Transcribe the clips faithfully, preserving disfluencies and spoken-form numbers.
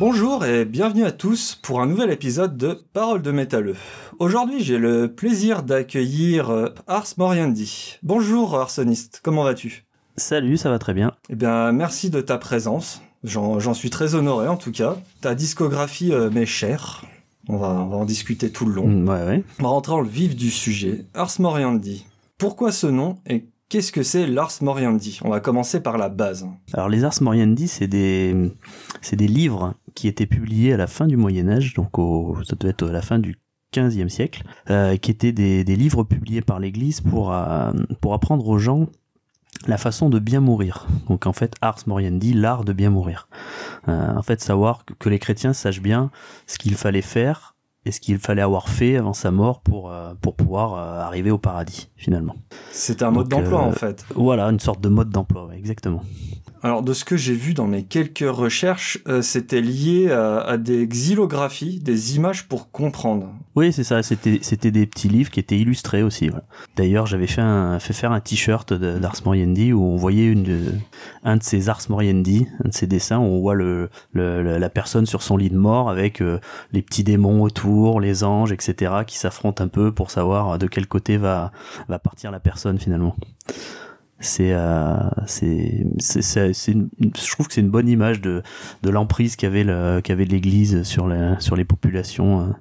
Bonjour et bienvenue à tous pour un nouvel épisode de Paroles de métalleux. Aujourd'hui, j'ai le plaisir d'accueillir Ars Moriendi. Bonjour Arsoniste, comment vas-tu ? Salut, ça va très bien. Eh bien, merci de ta présence. J'en, j'en suis très honoré en tout cas. Ta discographie euh, m'est chère. On va, on va en discuter tout le long. Mmh, ouais, ouais. On va rentrer dans le vif du sujet. Ars Moriendi. Pourquoi ce nom et qu'est-ce que c'est l'Ars Moriendi ? On va commencer par la base. Alors les Ars Moriendi, c'est des, c'est des livres qui étaient publiés à la fin du Moyen-Âge, donc au, ça devait être à la fin du quinzième siècle, euh, qui étaient des, des livres publiés par l'Église pour, euh, pour apprendre aux gens la façon de bien mourir. Donc en fait, Ars Moriendi, l'art de bien mourir. Euh, en fait, savoir que, que les chrétiens sachent bien ce qu'il fallait faire et ce qu'il fallait avoir fait avant sa mort pour, euh, pour pouvoir euh, arriver au paradis, finalement. C'est un mode Donc, d'emploi, euh, en fait. Voilà, une sorte de mode d'emploi, ouais, exactement. Alors, de ce que j'ai vu dans mes quelques recherches, euh, c'était lié à, à des xylographies, des images pour comprendre. Oui, c'est ça, c'était, c'était des petits livres qui étaient illustrés aussi. Voilà. D'ailleurs, j'avais fait, un, fait faire un t-shirt de, d'Ars Moriendi où on voyait une de, un de ces Ars Moriendi, un de ces dessins où on voit le, le, la personne sur son lit de mort avec euh, les petits démons autour, les anges, et cetera, qui s'affrontent un peu pour savoir de quel côté va, va partir la personne finalement. C'est, euh, c'est, c'est, c'est, c'est une, je trouve que c'est une bonne image de, de l'emprise qu'avait, le, qu'avait l'Église sur, la, sur les populations euh,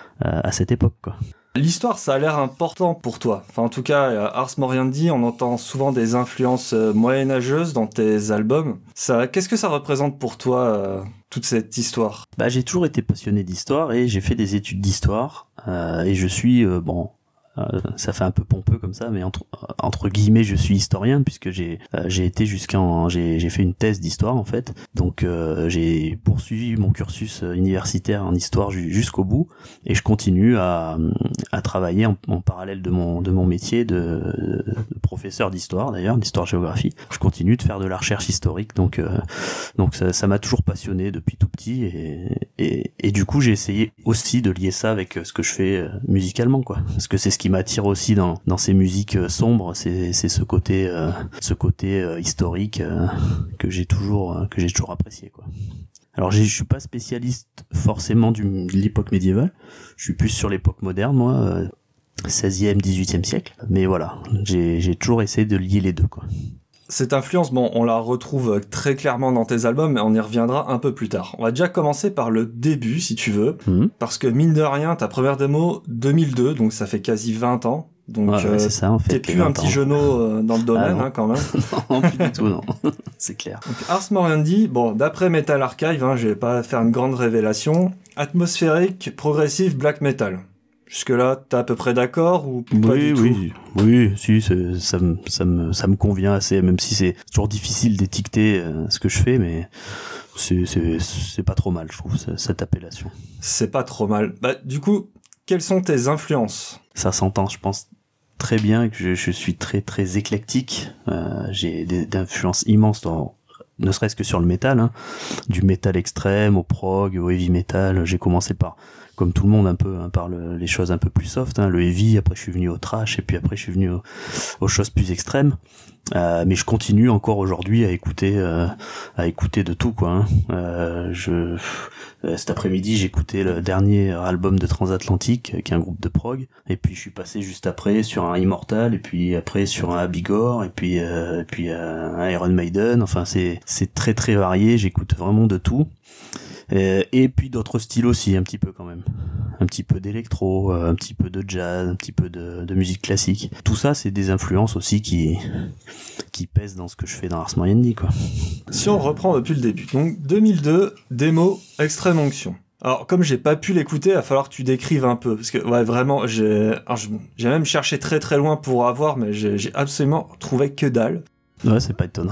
à cette époque, quoi. L'histoire, ça a l'air important pour toi. Enfin, en tout cas, Ars Moriendi, on entend souvent des influences moyenâgeuses dans tes albums. Ça, qu'est-ce que ça représente pour toi, euh, toute cette histoire ? Bah, j'ai toujours été passionné d'histoire et j'ai fait des études d'histoire. Euh, et je suis, euh, bon... Euh, ça fait un peu pompeux comme ça, mais entre, entre guillemets, je suis historien puisque j'ai euh, j'ai été jusqu'en j'ai j'ai fait une thèse d'histoire en fait. Donc euh, j'ai poursuivi mon cursus universitaire en histoire ju- jusqu'au bout et je continue à à travailler en, en parallèle de mon de mon métier de, de professeur d'histoire d'ailleurs, d'histoire-géographie. Je continue de faire de la recherche historique, donc euh, donc ça ça m'a toujours passionné depuis tout petit et et et du coup j'ai essayé aussi de lier ça avec ce que je fais euh, musicalement quoi, parce que c'est ce qui m'attire aussi dans dans ces musiques euh, sombres, c'est c'est ce côté euh, ce côté euh, historique euh, que j'ai toujours euh, que j'ai toujours apprécié quoi. Alors je suis pas spécialiste forcément du, de l'époque médiévale, je suis plus sur l'époque moderne moi, euh, seizième, dix-huitième siècle, mais voilà, j'ai j'ai toujours essayé de lier les deux quoi. Cette influence, bon, on la retrouve très clairement dans tes albums, mais on y reviendra un peu plus tard. On va déjà commencer par le début, si tu veux, mmh. parce que mine de rien, ta première démo, deux mille deux, donc ça fait quasi vingt ans. Donc, ouais, ouais, c'est ça, en fait, t'es plus un petit genou euh, dans le domaine, ah, hein, quand même. Non, plus du tout, non. C'est clair. Donc, Ars Moriendi, bon, d'après Metal Archive, hein, je vais pas faire une grande révélation, atmosphérique, progressive, black metal. Jusque-là, t'es à peu près d'accord ou pas oui, du tout ? Oui, oui, si, c'est, ça me, ça me, ça me convient assez, même si c'est toujours difficile d'étiqueter euh, ce que je fais, mais c'est, c'est, c'est pas trop mal, je trouve, cette appellation. C'est pas trop mal. Bah, du coup, quelles sont tes influences ? Ça s'entend, je pense très bien que je, je suis très, très éclectique. Euh, j'ai des, des influences immenses dans, ne serait-ce que sur le métal, hein, du métal extrême au prog, au heavy metal. J'ai commencé par, comme tout le monde un peu, hein, par le, les choses un peu plus soft, hein, le heavy, après je suis venu au thrash, et puis après je suis venu au, aux choses plus extrêmes. Euh, mais je continue encore aujourd'hui à écouter, euh, à écouter de tout, quoi. Hein. Euh, je, euh, cet après-midi, j'ai écouté le dernier album de Transatlantique, qui est un groupe de prog, et puis je suis passé juste après sur un Immortal, et puis après sur un Abigor, et puis, euh, et puis euh, un Iron Maiden. Enfin, c'est, c'est très très varié. J'écoute vraiment de tout. Euh, et puis d'autres styles aussi, un petit peu quand même. Un petit peu d'électro, un petit peu de jazz, un petit peu de, de musique classique. Tout ça, c'est des influences aussi qui, qui pèsent dans ce que je fais dans Ars Moriendi, quoi. Si on reprend depuis le début. Donc, deux mille deux, démo Extrême Onction. Alors, comme j'ai pas pu l'écouter, il va falloir que tu décrives un peu. Parce que, ouais, vraiment, j'ai, alors, j'ai même cherché très très loin pour avoir, mais j'ai, j'ai absolument trouvé que dalle. Ouais, c'est pas étonnant.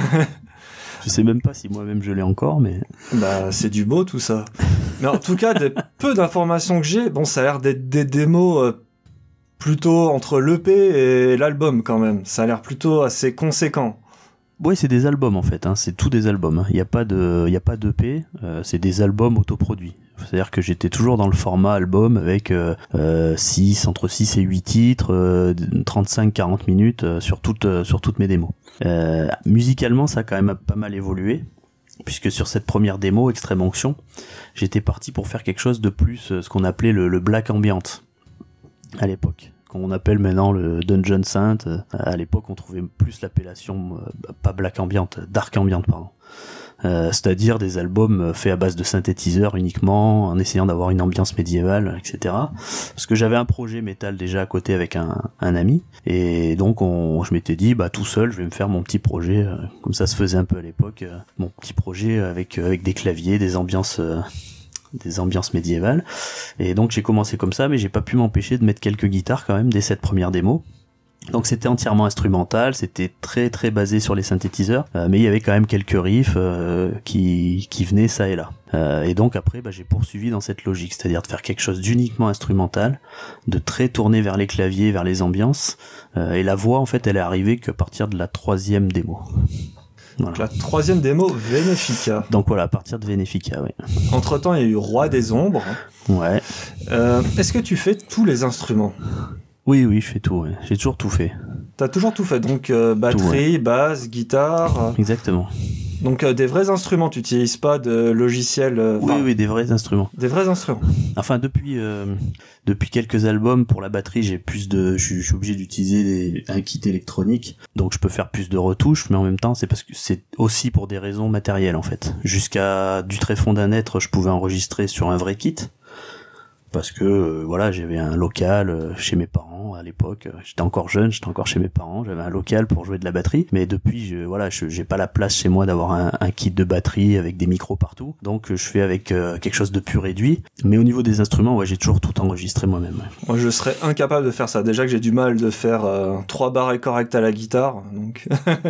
Je sais même pas si moi-même je l'ai encore, mais... Bah, c'est du beau, tout ça. Mais en tout cas, des peu d'informations que j'ai, bon, ça a l'air d'être des démos euh, plutôt entre l'E P et l'album, quand même. Ça a l'air plutôt assez conséquent. Oui, c'est des albums, en fait. Hein. C'est tous des albums. Il n'y a pas de, il y a pas d'E P. Euh, c'est des albums autoproduits. C'est-à-dire que j'étais toujours dans le format album avec euh, euh, six, entre six et huit titres, euh, trente-cinq à quarante minutes euh, sur, toutes, euh, sur toutes mes démos. Euh, musicalement, ça a quand même pas mal évolué. puisque sur cette première démo, Extrême Onction, j'étais parti pour faire quelque chose de plus, euh, ce qu'on appelait le, le black ambient à l'époque. Qu'on appelle maintenant le Dungeon Synth. Euh, à l'époque, on trouvait plus l'appellation, euh, pas black ambient, dark ambient, pardon. Euh, c'est-à-dire des albums faits à base de synthétiseurs uniquement, en essayant d'avoir une ambiance médiévale, et cetera. Parce que j'avais un projet métal déjà à côté avec un, un ami, et donc on, je m'étais dit, bah tout seul, je vais me faire mon petit projet, euh, comme ça se faisait un peu à l'époque, euh, mon petit projet avec euh, avec des claviers, des ambiances, euh, des ambiances médiévales. Et donc j'ai commencé comme ça, mais j'ai pas pu m'empêcher de mettre quelques guitares quand même dès cette première démo. Donc c'était entièrement instrumental, c'était très très basé sur les synthétiseurs, euh, mais il y avait quand même quelques riffs euh, qui qui venaient ça et là. Euh, et donc après, bah, j'ai poursuivi dans cette logique, c'est-à-dire de faire quelque chose d'uniquement instrumental, de très tourné vers les claviers, vers les ambiances. Euh, et la voix, en fait, elle est arrivée qu'à partir de la troisième démo. Voilà. Donc la troisième démo, Venefica. Donc voilà, à partir de Venefica, oui. Entre-temps, il y a eu Roi des Ombres. Ouais. Euh, est-ce que tu fais tous les instruments ? Oui, oui, je fais tout, ouais. J'ai toujours tout fait. T'as toujours tout fait, donc euh, batterie, tout, ouais. basse, guitare... Exactement. Donc euh, des vrais instruments, tu n'utilises pas de logiciel... Euh, oui, oui, des vrais instruments. Des vrais instruments. Enfin, depuis euh, depuis quelques albums, pour la batterie, j'ai plus de... Je suis obligé d'utiliser des, un kit électronique, donc je peux faire plus de retouches, mais en même temps, c'est parce que c'est aussi pour des raisons matérielles, en fait. Jusqu'à du tréfond d'un être, je pouvais enregistrer sur un vrai kit, parce que euh, voilà, j'avais un local euh, chez mes parents à l'époque, j'étais encore jeune, j'étais encore chez mes parents, j'avais un local pour jouer de la batterie, mais depuis je voilà, je, j'ai pas la place chez moi d'avoir un, un kit de batterie avec des micros partout, donc je fais avec euh, quelque chose de plus réduit, mais au niveau des instruments, ouais, j'ai toujours tout enregistré moi-même. Ouais. Moi, je serais incapable de faire ça. Déjà que j'ai du mal de faire euh, trois barres correctes à la guitare, donc.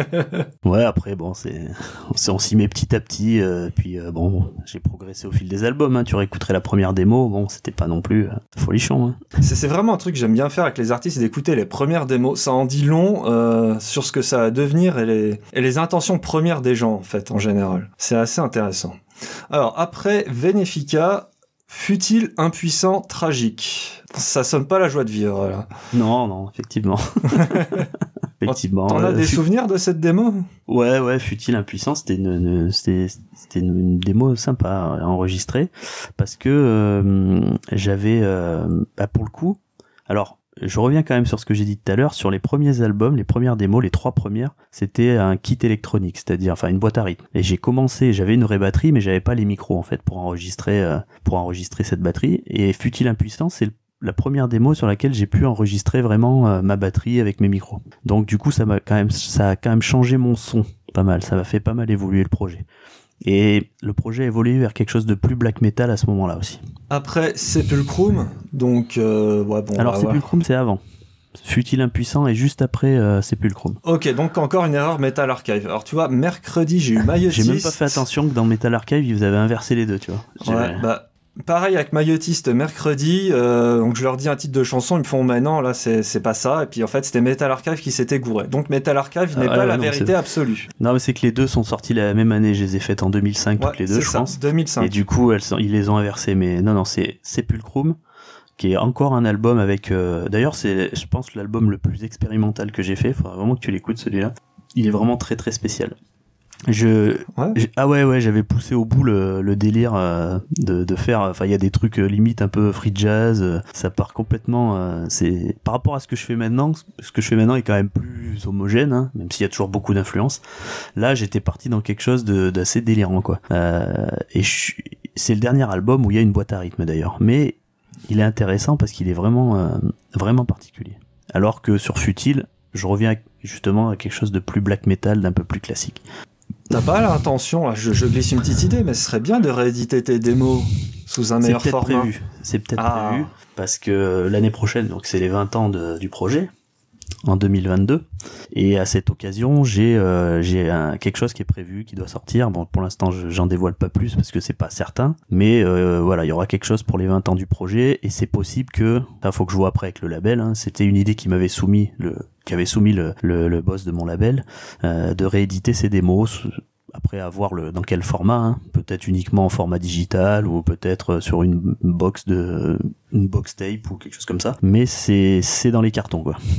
Ouais, après bon, c'est on s'y met petit à petit, euh, puis euh, bon, j'ai progressé au fil des albums, hein. Tu réécouterais la première démo, bon, c'était pas non plus euh, folichon. Hein. C'est, c'est vraiment un truc que j'aime bien faire avec les artistes, c'est d'écouter les premières démos. Ça en dit long euh, sur ce que ça va devenir et les, et les intentions premières des gens, en fait, en général. C'est assez intéressant. Alors, après Venefica, fut-il impuissant, tragique ? Ça sonne pas la joie de vivre, là. Non, non, effectivement. Effectivement. T'en as euh, des fut... souvenirs de cette démo ? Ouais, ouais, fut-il impuissant, c'était une, une c'était, c'était une, une démo sympa à enregistrer, parce que euh, j'avais, euh, bah pour le coup, alors je reviens quand même sur ce que j'ai dit tout à l'heure, sur les premiers albums, les premières démos, les trois premières, c'était un kit électronique, c'est-à-dire, enfin une boîte à rythme. Et j'ai commencé, j'avais une vraie batterie, mais j'avais pas les micros en fait pour enregistrer, euh, pour enregistrer cette batterie. Et fut-il impuissant, c'est le la première démo sur laquelle j'ai pu enregistrer vraiment euh, ma batterie avec mes micros. Donc du coup ça m'a quand même ça a quand même changé mon son pas mal, ça m'a fait pas mal évoluer le projet. Et le projet a évolué vers quelque chose de plus black metal à ce moment-là aussi. Après Sepulchrum, donc euh, ouais bon. Alors bah, Sepulchrum ouais. C'est avant. Fut-il impuissant et juste après euh, Sepulchrum. Ok, donc encore une erreur Metal Archive. Alors tu vois, mercredi j'ai eu Maïotiste. J'ai même pas fait attention que dans Metal Archive vous avez inversé les deux, tu vois. J'ai... Ouais, bah pareil avec Maïotiste mercredi, euh, donc je leur dis un titre de chanson, ils me font mais non là c'est c'est pas ça, et puis en fait c'était Metal Archive qui s'était gouré. Donc Metal Archive n'est ah, pas ouais, la non, vérité c'est... absolue. Non mais c'est que les deux sont sortis la même année, je les ai faites en deux mille cinq ouais, toutes les deux je ça, pense. deux mille cinq. Et du coup elles sont, ils les ont inversés, mais non non c'est Sepulchrum qui est encore un album avec euh... d'ailleurs c'est je pense l'album le plus expérimental que j'ai fait, il faudra vraiment que tu l'écoutes celui-là. Il est vraiment très très spécial. Je, ouais. je ah ouais ouais j'avais poussé au bout le, le délire euh, de de faire enfin il y a des trucs euh, limite un peu free jazz, euh, ça part complètement euh, c'est par rapport à ce que je fais maintenant, ce que je fais maintenant est quand même plus homogène hein, même s'il y a toujours beaucoup d'influence. Là j'étais parti dans quelque chose de d'assez délirant quoi. Euh, et je, c'est le dernier album où il y a une boîte à rythme d'ailleurs, mais il est intéressant parce qu'il est vraiment euh, vraiment particulier. Alors que sur Futile, je reviens justement à quelque chose de plus black metal, d'un peu plus classique. T'as pas l'intention, là, je, je glisse une petite idée, mais ce serait bien de rééditer tes démos sous un meilleur format. C'est peut-être prévu, c'est peut-être ah. prévu, parce que l'année prochaine, donc c'est les vingt ans de, du projet, en deux mille vingt-deux, et à cette occasion, j'ai euh, j'ai un, quelque chose qui est prévu, qui doit sortir. Bon, pour l'instant, je, j'en dévoile pas plus parce que c'est pas certain, mais euh, voilà, il y aura quelque chose pour les vingt ans du projet, et c'est possible que, il faut que je vois après avec le label, hein, c'était une idée qui m'avait soumis le qui avait soumis le, le, le boss de mon label, euh, de rééditer ces démos, après avoir le dans quel format, hein, peut-être uniquement en format digital ou peut-être sur une box de une box tape ou quelque chose comme ça, mais c'est c'est dans les cartons quoi.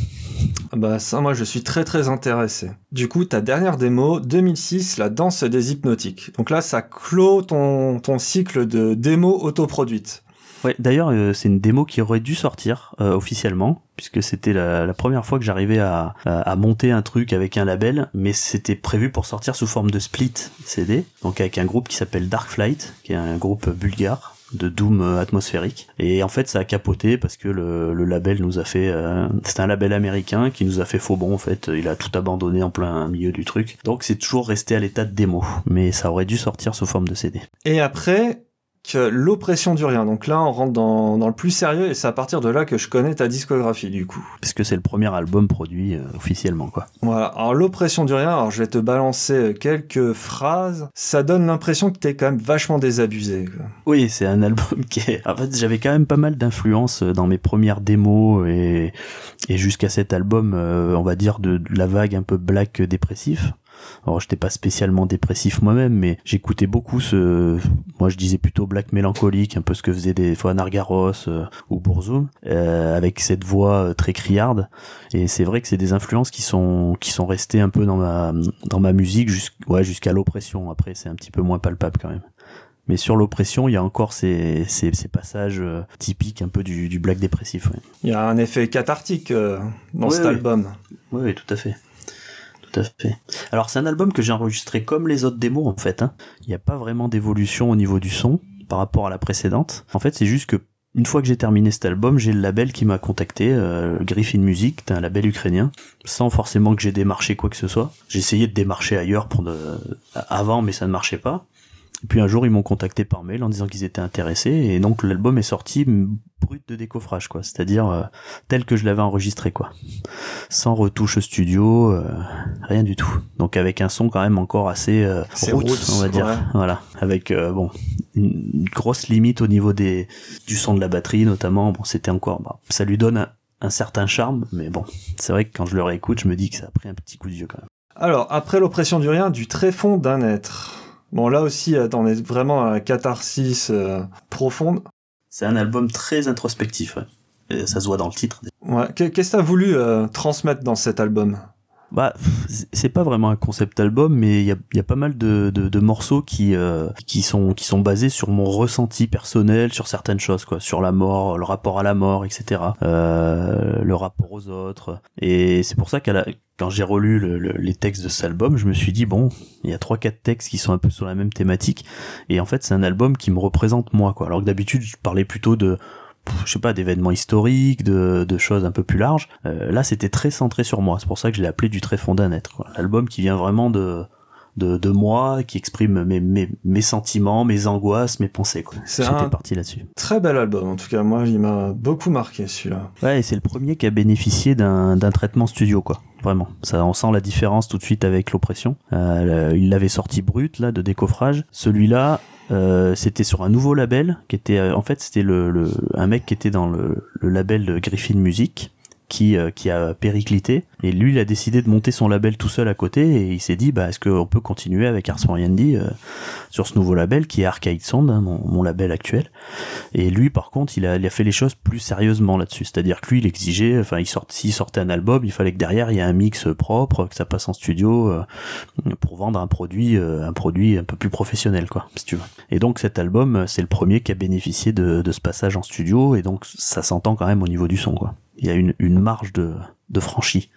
Bah ça, moi je suis très très intéressé. Du coup, ta dernière démo, deux mille six, La danse des hypnotiques. Donc là, ça clôt ton, ton cycle de démos autoproduites. Ouais, d'ailleurs, euh, c'est une démo qui aurait dû sortir euh, officiellement, puisque c'était la, la première fois que j'arrivais à, à, à monter un truc avec un label, mais c'était prévu pour sortir sous forme de split C D, donc avec un groupe qui s'appelle Dark Flight, qui est un groupe bulgare de doom atmosphérique. Et en fait, ça a capoté parce que le, le label nous a fait... Euh, c'était un label américain qui nous a fait faux bon, en fait. Il a tout abandonné en plein milieu du truc. Donc c'est toujours resté à l'état de démo, mais ça aurait dû sortir sous forme de C D. Et après... que l'oppression du rien. Donc là, on rentre dans, dans le plus sérieux et c'est à partir de là que je connais ta discographie, du coup. Parce que c'est le premier album produit euh, officiellement, quoi. Voilà. Alors, l'oppression du rien, alors je vais te balancer quelques phrases. Ça donne l'impression que t'es quand même vachement désabusé, quoi. Oui, c'est un album qui est... En fait, j'avais quand même pas mal d'influence dans mes premières démos et, et jusqu'à cet album, euh, on va dire, de, de la vague un peu black dépressif. Alors j'étais pas spécialement dépressif moi-même, mais j'écoutais beaucoup ce, moi je disais plutôt black mélancolique, un peu ce que faisait des fois Nargaros euh, ou Burzum, euh, avec cette voix très criarde. Et c'est vrai que c'est des influences qui sont qui sont restées un peu dans ma dans ma musique jusqu', ouais, jusqu'à l'oppression. Après c'est un petit peu moins palpable quand même. Mais sur l'oppression, il y a encore ces, ces, ces passages euh, typiques un peu du, du black dépressif. Ouais. Il y a un effet cathartique euh, dans oui, cet oui. album. Oui, oui, tout à fait. Tout à fait. Alors c'est un album que j'ai enregistré comme les autres démos en fait. Hein. Il n'y a pas vraiment d'évolution au niveau du son par rapport à la précédente. En fait, c'est juste que une fois que j'ai terminé cet album, j'ai le label qui m'a contacté, euh, Griffin Music, c'est un label ukrainien, sans forcément que j'ai démarché quoi que ce soit. J'ai essayé de démarcher ailleurs pour de... avant, mais ça ne marchait pas. Et puis un jour, ils m'ont contacté par mail en disant qu'ils étaient intéressés, et donc l'album est sorti brut de décoffrage, quoi. C'est-à-dire euh, tel que je l'avais enregistré, quoi. Sans retouche studio, euh, rien du tout. Donc avec un son quand même encore assez euh, roots, roots, on va dire. Ouais. Voilà, avec euh, bon une grosse limite au niveau des du son de la batterie, notamment. Bon, c'était encore, bah, ça lui donne un, un certain charme, mais bon, c'est vrai que quand je le réécoute, je me dis que ça a pris un petit coup de vieux quand même. Alors après l'oppression du rien, du tréfonds d'un être. Bon, là aussi, on est vraiment à la catharsis euh, profonde. C'est un album très introspectif, ouais. Et ça se voit dans le titre. Ouais. Qu'est-ce que t'as voulu euh, transmettre dans cet album ? Bah, c'est pas vraiment un concept album, mais il y a, y a pas mal de, de, de morceaux qui, euh, qui sont, qui sont basés sur mon ressenti personnel, sur certaines choses, quoi, sur la mort, le rapport à la mort, et cetera. Euh, le rapport aux autres. Et c'est pour ça qu'à la, quand j'ai relu le, le, les textes de cet album, je me suis dit bon, il y a trois quatre textes qui sont un peu sur la même thématique. Et en fait, c'est un album qui me représente moi, quoi. Alors que d'habitude, je parlais plutôt de je sais pas, d'événements historiques, de, de choses un peu plus larges. Euh, là, c'était très centré sur moi. C'est pour ça que je l'ai appelé du tréfonds d'un être, quoi. L'album qui vient vraiment de, de, de moi, qui exprime mes, mes, mes sentiments, mes angoisses, mes pensées, quoi. C'est J'étais un parti là-dessus. Très bel album, en tout cas. Moi, il m'a beaucoup marqué, celui-là. Ouais, et c'est le premier qui a bénéficié d'un, d'un traitement studio, quoi. Vraiment. Ça, on sent la différence tout de suite avec l'oppression. Euh, il l'avait sorti brut, là, de décoffrage. Celui-là, Euh, c'était sur un nouveau label qui était euh, en fait c'était le, le un mec qui était dans le, le label de Griffin Music qui euh, qui a périclité et lui il a décidé de monter son label tout seul à côté et il s'est dit bah est-ce qu'on peut continuer avec Ars Moriendi euh, sur ce nouveau label qui est Arcade Sound, hein, mon, mon label actuel. Et lui par contre il a il a fait les choses plus sérieusement là-dessus, c'est-à-dire que lui il exigeait, enfin il sort s'il sortait un album il fallait que derrière il y ait un mix propre, que ça passe en studio euh, pour vendre un produit euh, un produit un peu plus professionnel, quoi, si tu veux. Et donc cet album c'est le premier qui a bénéficié de de ce passage en studio et donc ça s'entend quand même au niveau du son, quoi. Il y a une, une marge de, de franchie.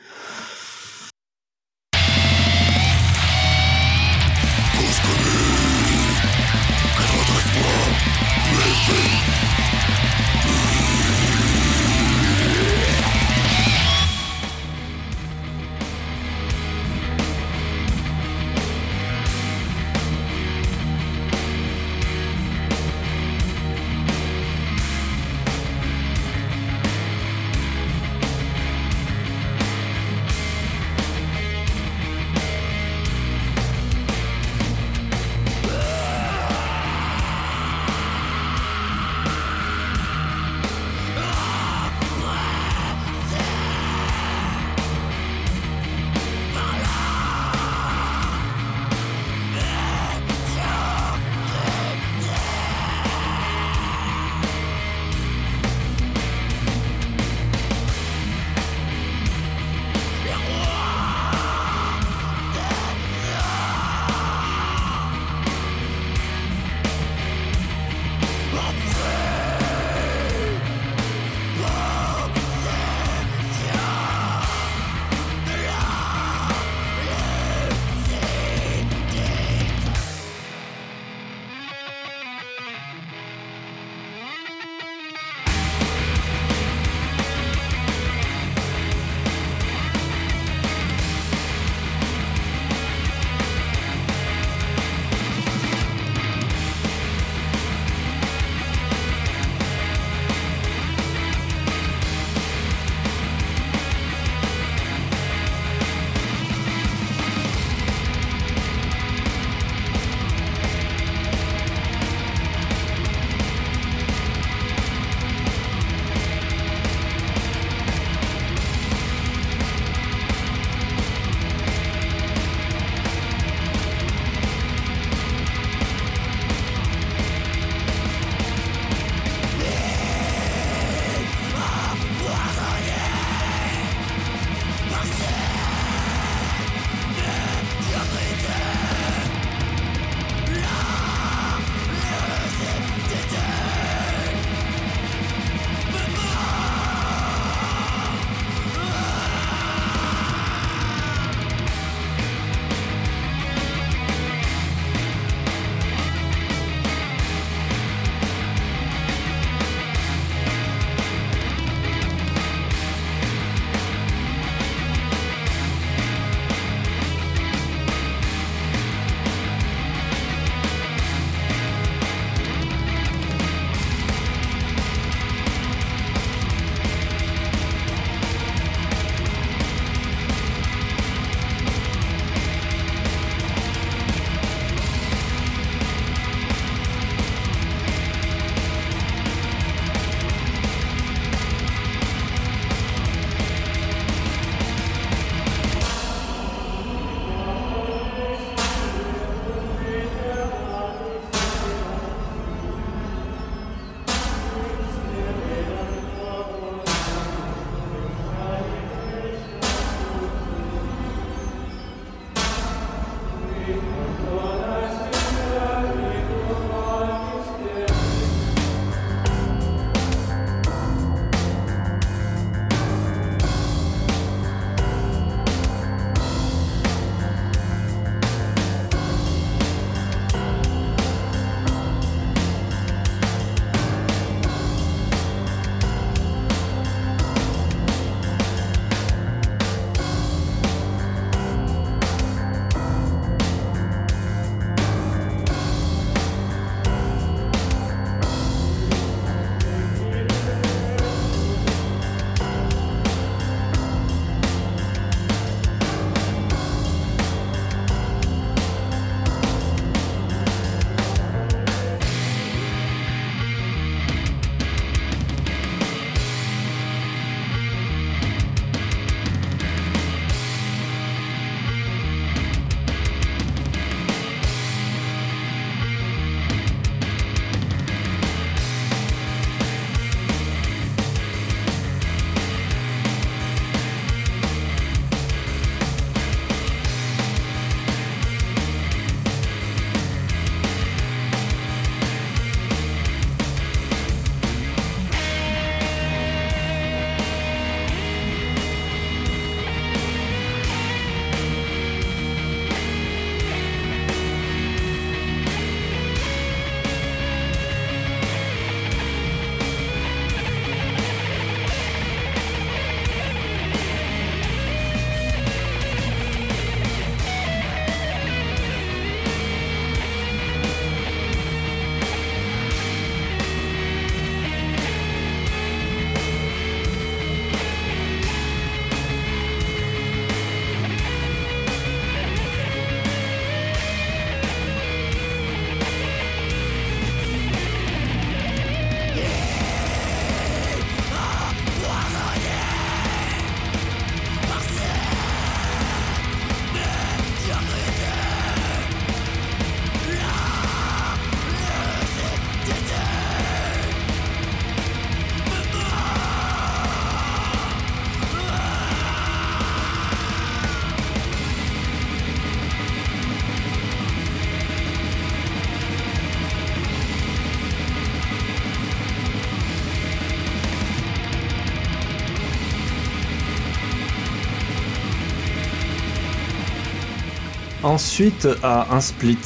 Ensuite, à un split.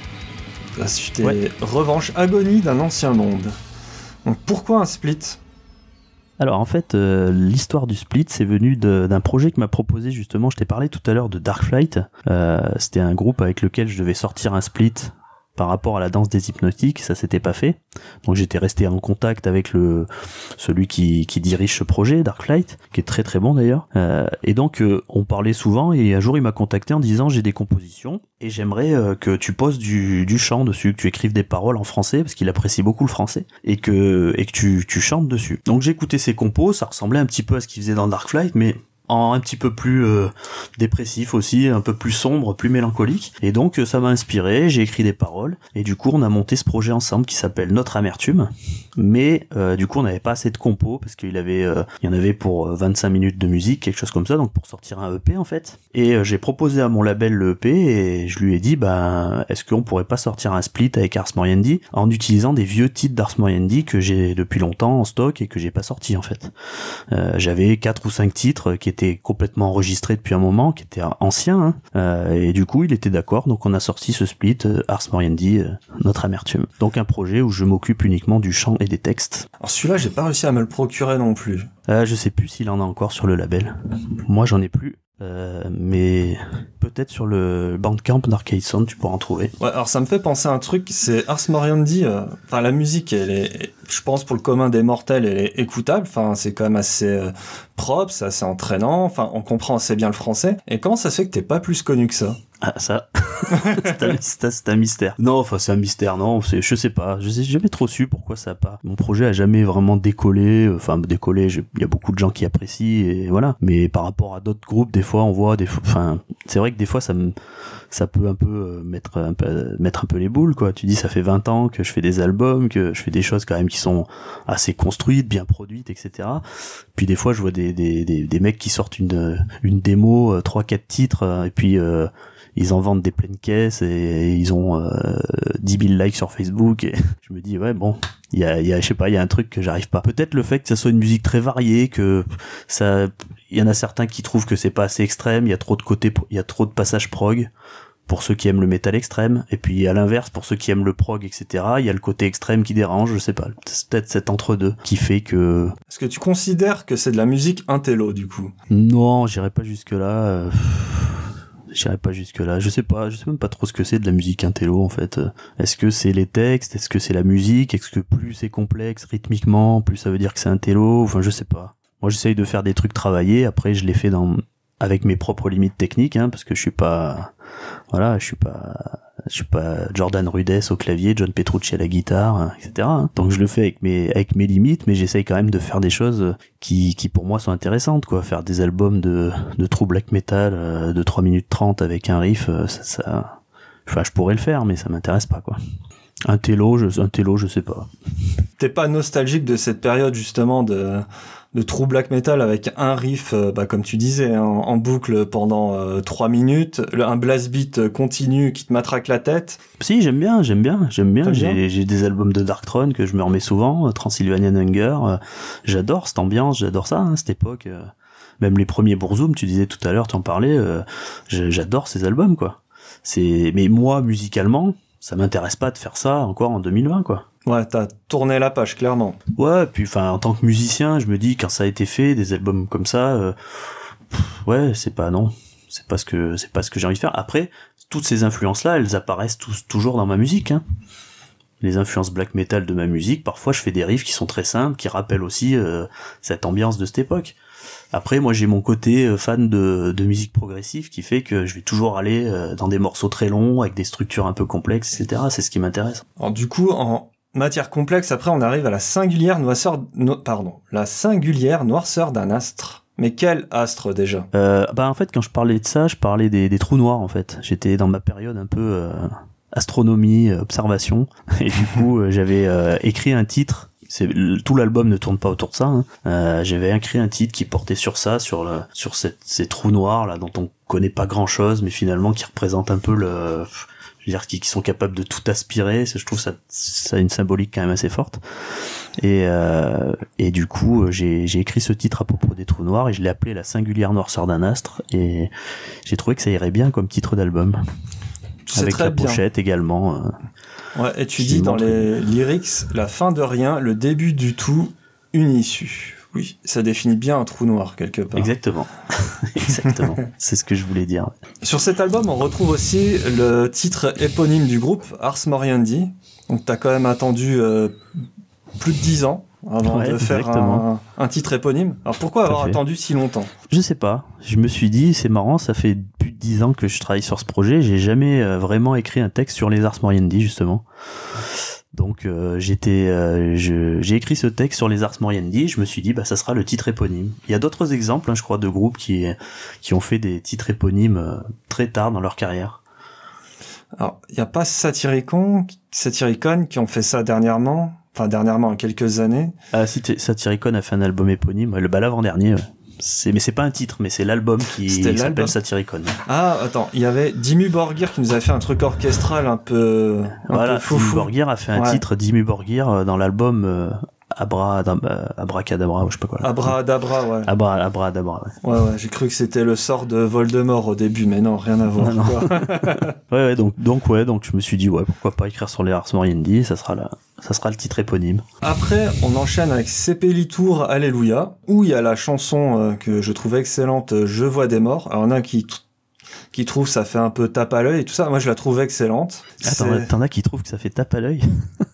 La suite est Ouais. Revanche, agonie d'un ancien monde. Donc pourquoi un split ? Alors en fait, euh, l'histoire du split, c'est venu de- d'un projet que m'a proposé justement, je t'ai parlé tout à l'heure de Darkflight. Euh, c'était un groupe avec lequel je devais sortir un split par rapport à la danse des hypnotiques, ça s'était pas fait. Donc j'étais resté en contact avec le celui qui, qui dirige ce projet, Darkflight, qui est très très bon d'ailleurs. Euh, et donc euh, on parlait souvent et un jour il m'a contacté en disant j'ai des compositions et j'aimerais euh, que tu poses du, du chant dessus, que tu écrives des paroles en français parce qu'il apprécie beaucoup le français et que et que tu, tu chantes dessus. Donc j'ai écouté ses compos, ça ressemblait un petit peu à ce qu'il faisait dans Darkflight, mais en un petit peu plus euh, dépressif aussi, un peu plus sombre, plus mélancolique. Et donc euh, ça m'a inspiré, j'ai écrit des paroles, et du coup on a monté ce projet ensemble qui s'appelle Notre Amertume. Mais euh, du coup on n'avait pas assez de compos, parce qu'il avait, euh, il y en avait pour vingt-cinq minutes de musique, quelque chose comme ça, donc pour sortir un E P en fait. Et euh, j'ai proposé à mon label le E P, et je lui ai dit, bah, est-ce qu'on pourrait pas sortir un split avec Ars Moriendi, en utilisant des vieux titres d'Ars Moriendi que j'ai depuis longtemps en stock, et que j'ai pas sortis en fait. Euh, j'avais quatre ou cinq titres qui étaient était complètement enregistré depuis un moment, qui était ancien, hein. euh, et du coup il était d'accord, donc on a sorti ce split euh, Ars Moriendi, euh, Notre Amertume. Donc un projet où je m'occupe uniquement du chant et des textes. Alors celui-là, j'ai pas réussi à me le procurer non plus. Euh, je sais plus s'il en a encore sur le label. Moi j'en ai plus. Euh, mais peut-être sur le Bandcamp d'Arcade Sound tu pourras en trouver. Ouais, alors ça me fait penser à un truc, c'est Ars Moriendi, enfin euh, la musique elle est, je pense pour le commun des mortels elle est écoutable, enfin c'est quand même assez euh, propre, c'est assez entraînant, enfin on comprend assez bien le français, et comment ça se fait que t'es pas plus connu que ça ? Ah ça, c'est, un, c'est, un, c'est un mystère. Non, enfin c'est un mystère, non, c'est, je sais pas, je sais j'ai jamais trop su pourquoi ça a pas. Mon projet a jamais vraiment décollé, enfin décollé, il y a beaucoup de gens qui apprécient et voilà. Mais par rapport à d'autres groupes, des fois on voit, des, enfin c'est vrai que des fois ça me, ça peut un peu mettre un peu, mettre un peu les boules quoi. Tu dis ça fait vingt ans que je fais des albums, que je fais des choses quand même qui sont assez construites, bien produites, et cetera. Puis des fois je vois des des des, des mecs qui sortent une une démo, trois quatre titres et puis euh, ils en vendent des pleines caisses et ils ont euh, dix mille likes sur Facebook et je me dis ouais bon il y a il y a je sais pas il y a un truc que j'arrive pas. Peut-être le fait que ça soit une musique très variée, que ça il y en a certains qui trouvent que c'est pas assez extrême, il y a trop de côtés, il y a trop de passages prog pour ceux qui aiment le métal extrême, et puis à l'inverse pour ceux qui aiment le prog, et cetera. Il y a le côté extrême qui dérange, je sais pas. C'est peut-être cet entre-deux qui fait que. Est-ce que tu considères que c'est de la musique intello du coup ? Non, j'irai pas jusque là. Euh... J'irai pas jusque là. Je sais pas, je sais même pas trop ce que c'est de la musique intello en fait. Est-ce que c'est les textes, est-ce que c'est la musique, est-ce que plus c'est complexe rythmiquement, plus ça veut dire que c'est intello, enfin je sais pas. Moi j'essaye de faire des trucs travaillés, après je les fais dans avec mes propres limites techniques, hein, parce que je suis pas, voilà, je suis pas, je suis pas Jordan Rudess au clavier, John Petrucci à la guitare, et cetera. Hein. Donc je le fais avec mes, avec mes limites, mais j'essaye quand même de faire des choses qui, qui pour moi sont intéressantes, quoi. Faire des albums de, de true black metal euh, de trois minutes trente avec un riff, euh, ça, ça, enfin, je pourrais le faire, mais ça m'intéresse pas, quoi. Un télo, je, un télo, je sais pas. T'es pas nostalgique de cette période justement de de true black metal avec un riff, euh, bah comme tu disais, hein, en boucle pendant euh, trois minutes, le, un blast beat continu qui te matraque la tête. Si, j'aime bien, j'aime bien, j'aime bien. J'ai, bien j'ai des albums de Darkthrone que je me remets souvent, Transylvanian Hunger. Euh, j'adore cette ambiance, j'adore ça, hein, cette époque. Euh, même les premiers Burzum, tu disais tout à l'heure, tu en parlais. Euh, j'adore ces albums, quoi. C'est, mais moi, musicalement, ça m'intéresse pas de faire ça encore en deux mille vingt, quoi. Ouais, t'as tourné la page, clairement. Ouais, puis enfin, en tant que musicien, je me dis, quand ça a été fait, des albums comme ça, euh, pff, ouais, c'est pas, non, c'est pas ce que, c'est pas ce que j'ai envie de faire. Après, toutes ces influences-là, elles apparaissent tous, toujours dans ma musique, hein. Les influences black metal de ma musique, parfois je fais des riffs qui sont très simples, qui rappellent aussi euh, cette ambiance de cette époque. Après, moi, j'ai mon côté fan de, de musique progressive qui fait que je vais toujours aller euh, dans des morceaux très longs, avec des structures un peu complexes, et cetera. C'est ce qui m'intéresse. Alors du coup, en matière complexe, après, on arrive à la singulière noirceur, no, pardon, la singulière noirceur d'un astre. Mais quel astre déjà ? euh, Bah en fait, quand je parlais de ça, je parlais des, des trous noirs en fait. J'étais dans ma période un peu euh, astronomie, observation, et du coup, euh, j'avais euh, écrit un titre. C'est, tout l'album ne tourne pas autour de ça. Hein. Euh, j'avais écrit un titre qui portait sur ça, sur le, sur cette, ces trous noirs là dont on connaît pas grand chose, mais finalement qui représente un peu le, veux dire, qui, qui sont capables de tout aspirer. Je trouve ça, ça a une symbolique quand même assez forte. Et, euh, et du coup, j'ai, j'ai écrit ce titre à propos des trous noirs et je l'ai appelé La singulière noirceur d'un astre. Et j'ai trouvé que ça irait bien comme titre d'album. C'est avec très la bien. Pochette également. Euh, ouais, et tu dis dans les lyrics, la fin de rien, le début du tout, une issue. Oui, ça définit bien un trou noir quelque part. Exactement, exactement. C'est ce que je voulais dire. Sur cet album, on retrouve aussi le titre éponyme du groupe, Ars Moriendi. Donc t'as quand même attendu euh, plus de dix ans avant ouais, de faire un, un titre éponyme. Alors pourquoi avoir attendu si longtemps ? Je sais pas. Je me suis dit, c'est marrant, ça fait plus de dix ans que je travaille sur ce projet. J'ai jamais euh, vraiment écrit un texte sur les Ars Moriendi, justement. Donc euh, j'étais, euh, je, j'ai écrit ce texte sur les Ars Moriendi. Je me suis dit, bah ça sera le titre éponyme. Il y a d'autres exemples, hein, je crois, de groupes qui qui ont fait des titres éponymes euh, très tard dans leur carrière. Alors, il y a pas Satyricon, Satyricon qui ont fait ça dernièrement, enfin dernièrement, il y a quelques années. Ah, si Satyricon a fait un album éponyme, le bal avant-dernier. Ouais. C'est, mais c'est pas un titre, mais c'est l'album qui C'était s'appelle l'album. Satyricon. Ah, attends, il y avait Dimmu Borgir qui nous a fait un truc orchestral un peu, un voilà, peu Dimmu Borgir a fait un ouais. titre Dimmu Borgir dans l'album euh, Abra, Abracadabra, ou je sais pas quoi. Là. Abracadabra, ouais. Abra, Abracadabra, ouais. Ouais, ouais, j'ai cru que c'était le sort de Voldemort au début, mais non, rien à voir. Non, non. ouais, ouais, donc, donc, ouais, donc je me suis dit, ouais, pourquoi pas écrire sur les Ars Moriendi, ça sera la, ça sera le titre éponyme. Après, on enchaîne avec Sepeltur Alléluia, où il y a la chanson euh, que je trouve excellente, Je vois des morts. Alors, il y en a qui, qui trouvent ça fait un peu tape à l'œil et tout ça. Moi, je la trouve excellente. Attends, C'est... t'en as qui trouvent que ça fait tape à l'œil?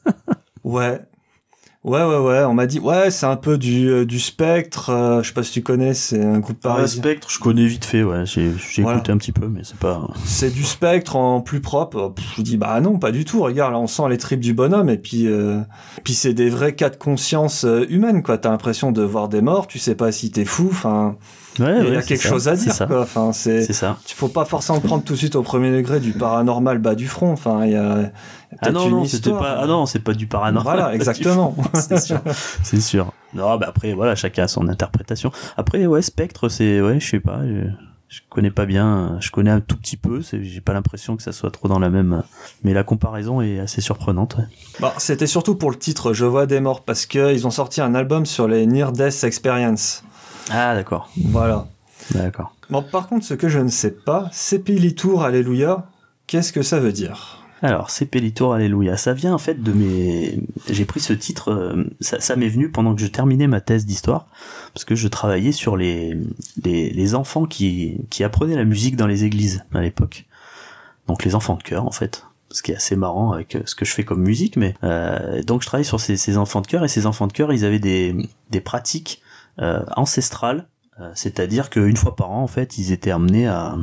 Ouais. Ouais, ouais, ouais, on m'a dit, ouais, c'est un peu du, euh, du Spectre, euh, je sais pas si tu connais, c'est un groupe parisien. Ah, Spectre, je connais vite fait, ouais, j'ai, j'ai voilà. écouté un petit peu, mais c'est pas... C'est du Spectre en plus propre, je dis, bah non, pas du tout, regarde, là, on sent les tripes du bonhomme, et puis, euh, puis c'est des vrais cas de conscience euh, humaine, quoi, t'as l'impression de voir des morts, tu sais pas si t'es fou, enfin... Ouais, il ouais, y a quelque ça, chose à dire, quoi. Enfin, c'est, c'est ça. Il faut pas forcément prendre tout de suite au premier degré du paranormal bas du front. Enfin, il y a, ah non, non, c'était pas, ah non, c'est pas du paranormal. Voilà, exactement. c'est sûr. C'est sûr. Non, bah après, voilà, chacun a son interprétation. Après, ouais, Spectre, c'est, ouais, je sais pas, je, je connais pas bien, je connais un tout petit peu, c'est, j'ai pas l'impression que ça soit trop dans la même, mais la comparaison est assez surprenante, ouais. Bah, c'était surtout pour le titre, Je vois des morts, parce que ils ont sorti un album sur les Near Death Experience. Ah, d'accord. Voilà. D'accord. Bon, par contre, ce que je ne sais pas, Sepeltur Alléluia, qu'est-ce que ça veut dire ? Alors, Sepeltur Alléluia, ça vient en fait de mes... J'ai pris ce titre, euh, ça, ça m'est venu pendant que je terminais ma thèse d'histoire, parce que je travaillais sur les, les, les enfants qui, qui apprenaient la musique dans les églises à l'époque. Donc les enfants de chœur, en fait. Ce qui est assez marrant avec ce que je fais comme musique, mais... Euh, donc je travaillais sur ces, ces enfants de chœur, et ces enfants de chœur, ils avaient des, des pratiques euh, ancestrales. Euh, c'est-à-dire qu'une fois par an, en fait, ils étaient amenés à,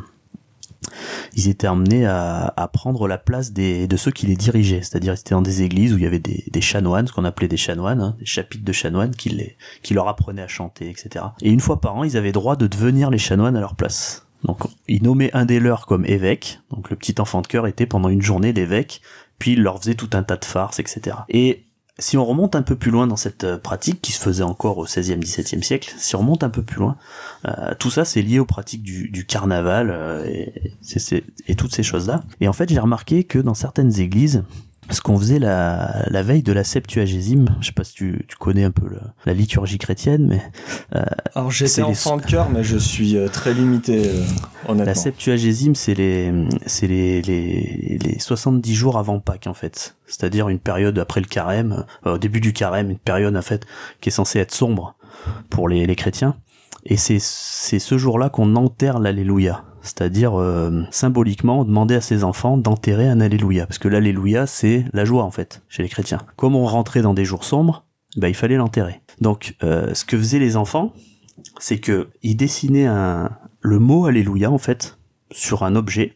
ils étaient amenés à, à prendre la place des, de ceux qui les dirigeaient. C'est-à-dire, ils étaient dans des églises où il y avait des, des chanoines, ce qu'on appelait des chanoines, hein, des chapitres de chanoines qui les, qui leur apprenaient à chanter, et cetera. Et une fois par an, ils avaient droit de devenir les chanoines à leur place. Donc, ils nommaient un des leurs comme évêque. Donc, le petit enfant de chœur était pendant une journée l'évêque, puis il leur faisait tout un tas de farces, et cetera. Et si on remonte un peu plus loin dans cette pratique qui se faisait encore au seizième, dix-septième siècle, si on remonte un peu plus loin, euh, tout ça c'est lié aux pratiques du, du carnaval euh, et, c'est, c'est, et toutes ces choses-là. Et en fait, j'ai remarqué que dans certaines églises, ce qu'on faisait la, la veille de la Septuagésime, je sais pas si tu, tu connais un peu le, la liturgie chrétienne, mais... Euh, Alors j'étais enfant les... de cœur, mais je suis euh, très limité, euh, honnêtement. La Septuagésime, c'est les, c'est les, les, les soixante-dix jours avant Pâques, en fait. C'est-à-dire une période après le carême, euh, au début du carême, une période, en fait, qui est censée être sombre pour les, les chrétiens. Et c'est, c'est ce jour-là qu'on enterre l'Alléluia. C'est-à-dire, euh, symboliquement, on demandait à ses enfants d'enterrer un Alléluia. Parce que l'Alléluia, c'est la joie, en fait, chez les chrétiens. Comme on rentrait dans des jours sombres, bah, il fallait l'enterrer. Donc, euh, ce que faisaient les enfants, c'est que ils dessinaient un, le mot Alléluia, en fait, sur un objet,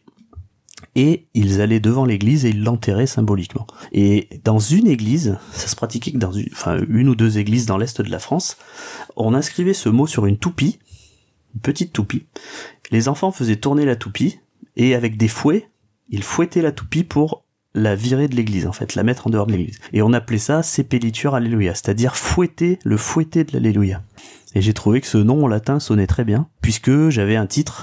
et ils allaient devant l'église et ils l'enterraient symboliquement. Et dans une église, ça se pratiquait que dans une, enfin, une ou deux églises dans l'est de la France, on inscrivait ce mot sur une toupie, une petite toupie. Les enfants faisaient tourner la toupie, et avec des fouets, ils fouettaient la toupie pour la virer de l'église, en fait, la mettre en dehors de l'église. Et on appelait ça Sepeltur Alléluia, c'est-à-dire fouetter, le fouetter de l'Alléluia. Et j'ai trouvé que ce nom en latin sonnait très bien, puisque j'avais un titre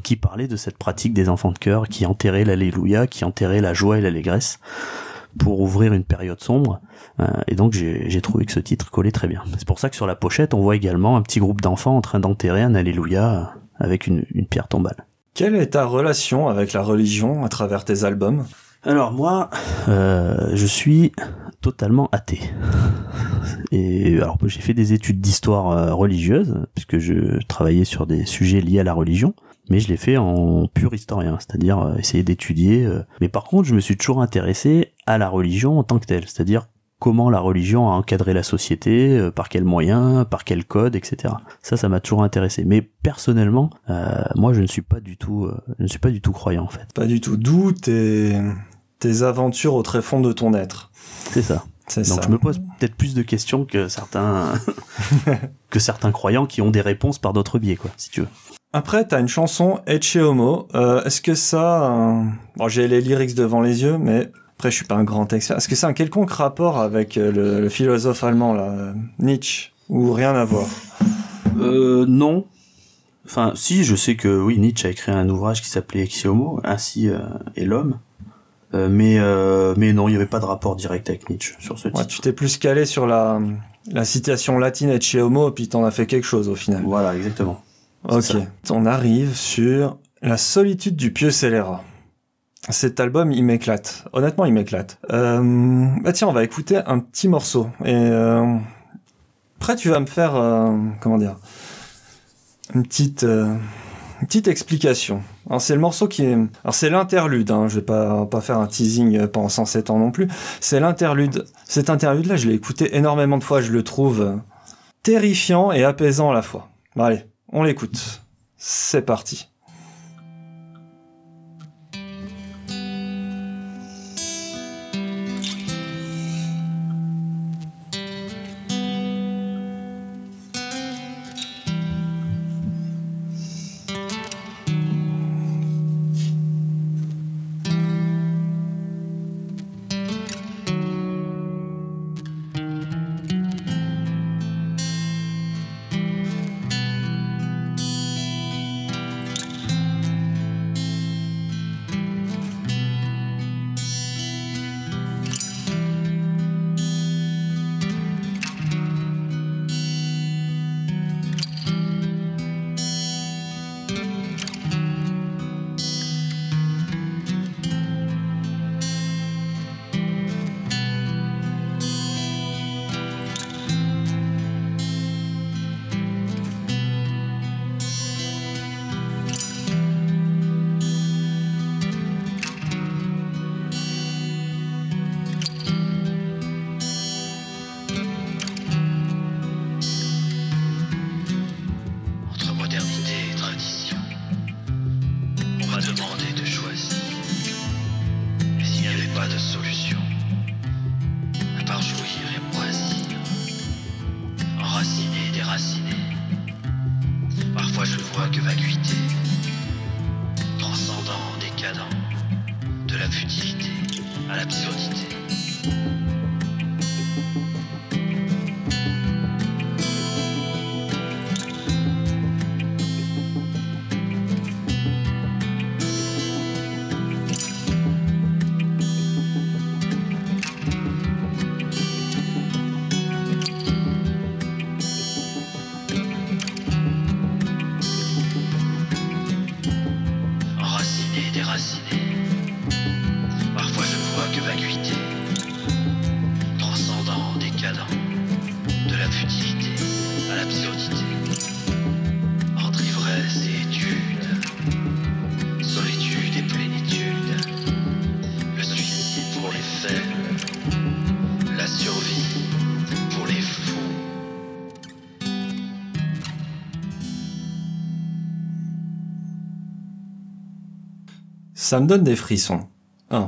qui parlait de cette pratique des enfants de chœur qui enterraient l'alléluia, qui enterraient la joie et l'allégresse pour ouvrir une période sombre. Euh, et donc j'ai, j'ai trouvé que ce titre collait très bien. C'est pour ça que sur la pochette, on voit également un petit groupe d'enfants en train d'enterrer un alléluia avec une, une pierre tombale. Quelle est ta relation avec la religion à travers tes albums ? Alors moi, euh, je suis totalement athée. Et alors j'ai fait des études d'histoire euh, religieuse, puisque je travaillais sur des sujets liés à la religion, mais je l'ai fait en pur historien, c'est-à-dire euh, essayer d'étudier. Euh... Mais par contre, je me suis toujours intéressé à la religion en tant que telle, c'est-à-dire comment la religion a encadré la société, euh, par quels moyens, par quels codes, et cetera. Ça, ça m'a toujours intéressé. Mais personnellement, euh, moi, je ne suis pas du tout, euh, je ne suis pas du tout croyant en fait. Pas du tout. D'où tes tes aventures au tréfond de ton être. C'est ça. C'est Donc ça. je me pose peut-être plus de questions que certains que certains croyants qui ont des réponses par d'autres biais, quoi, si tu veux. Après, t'as une chanson Ecce Homo. Euh, est-ce que ça, euh... bon, j'ai les lyrics devant les yeux, mais après, je suis pas un grand expert. Est-ce que c'est un quelconque rapport avec le, le philosophe allemand là, Nietzsche, ou rien à voir ? Euh, non. Enfin, si, je sais que oui, Nietzsche a écrit un ouvrage qui s'appelait Ecce Homo, ainsi euh, est l'homme. Euh, mais euh, mais non, il n'y avait pas de rapport direct avec Nietzsche sur ce titre. Ouais, tu t'es plus calé sur la la citation latine Ecce Homo, puis t'en as fait quelque chose au final. Voilà, exactement. Ok. On arrive sur La solitude du pieux scélérat. Cet album, il m'éclate. Honnêtement, il m'éclate. Euh... Bah tiens, on va écouter un petit morceau. Et euh... après, tu vas me faire, euh... comment dire, une petite, euh... une petite explication. Alors c'est le morceau qui est, alors c'est l'interlude. Hein. Je vais pas pas faire un teasing pendant cent sept ans non plus. C'est l'interlude. Cet interlude-là, je l'ai écouté énormément de fois. Je le trouve terrifiant et apaisant à la fois. Bon, allez, on l'écoute. C'est parti. Ça me donne des frissons. un.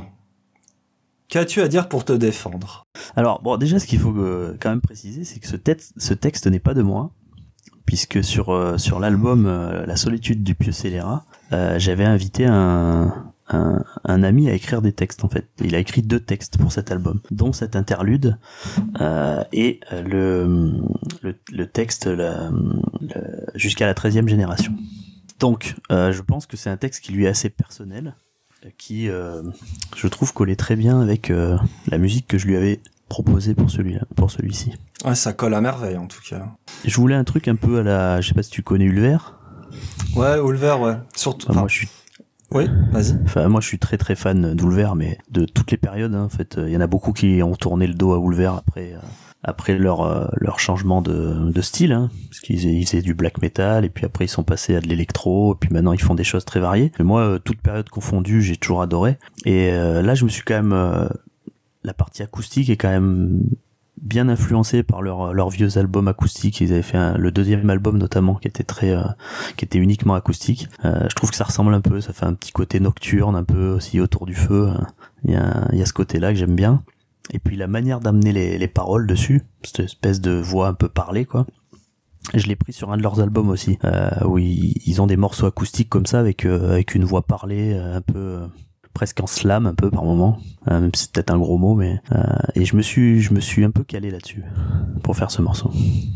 Qu'as-tu à dire pour te défendre ? Alors, bon, déjà, ce qu'il faut que, quand même préciser, c'est que ce, texte, ce texte n'est pas de moi, puisque sur, euh, sur l'album euh, La solitude du pieux scélérat, euh, j'avais invité un, un, un ami à écrire des textes, en fait. Il a écrit deux textes pour cet album, dont cet interlude euh, et le, le, le texte la, le, jusqu'à la treizième génération. Donc, euh, je pense que c'est un texte qui lui est assez personnel, qui, euh, je trouve, collait très bien avec euh, la musique que je lui avais proposée pour celui-là, pour celui-ci. Ouais, ça colle à merveille en tout cas. Je voulais un truc un peu à la, je sais pas si tu connais Ulver. Ouais, Ulver, ouais. Surtout. Enfin, moi, je suis. Oui, vas-y. Enfin, moi, je suis très très fan d'Ulver, mais de toutes les périodes. Hein, en fait, il y en a beaucoup qui ont tourné le dos à Ulver après. Euh, après leur euh, leur changement de de style, hein, parce qu'ils ils faisaient du black metal et puis après ils sont passés à de l'électro et puis maintenant ils font des choses très variées. Mais moi, euh, toute période confondue, j'ai toujours adoré. Et euh, là, je me suis quand même euh, la partie acoustique est quand même bien influencée par leurs leurs vieux albums acoustiques. Ils avaient fait un, le deuxième album notamment qui était très euh, qui était uniquement acoustique. Euh, je trouve que ça ressemble un peu, ça fait un petit côté nocturne un peu aussi autour du feu. Il y a il y a ce côté-là que j'aime bien. Et puis la manière d'amener les, les paroles dessus, cette espèce de voix un peu parlée, quoi. Je l'ai pris sur un de leurs albums aussi, euh, où ils, ils ont des morceaux acoustiques comme ça, avec, euh, avec une voix parlée, euh, un peu, euh, presque en slam, un peu par moment, euh, même si c'est peut-être un gros mot, mais, euh, et je me suis, je me suis un peu calé là-dessus, pour faire ce morceau.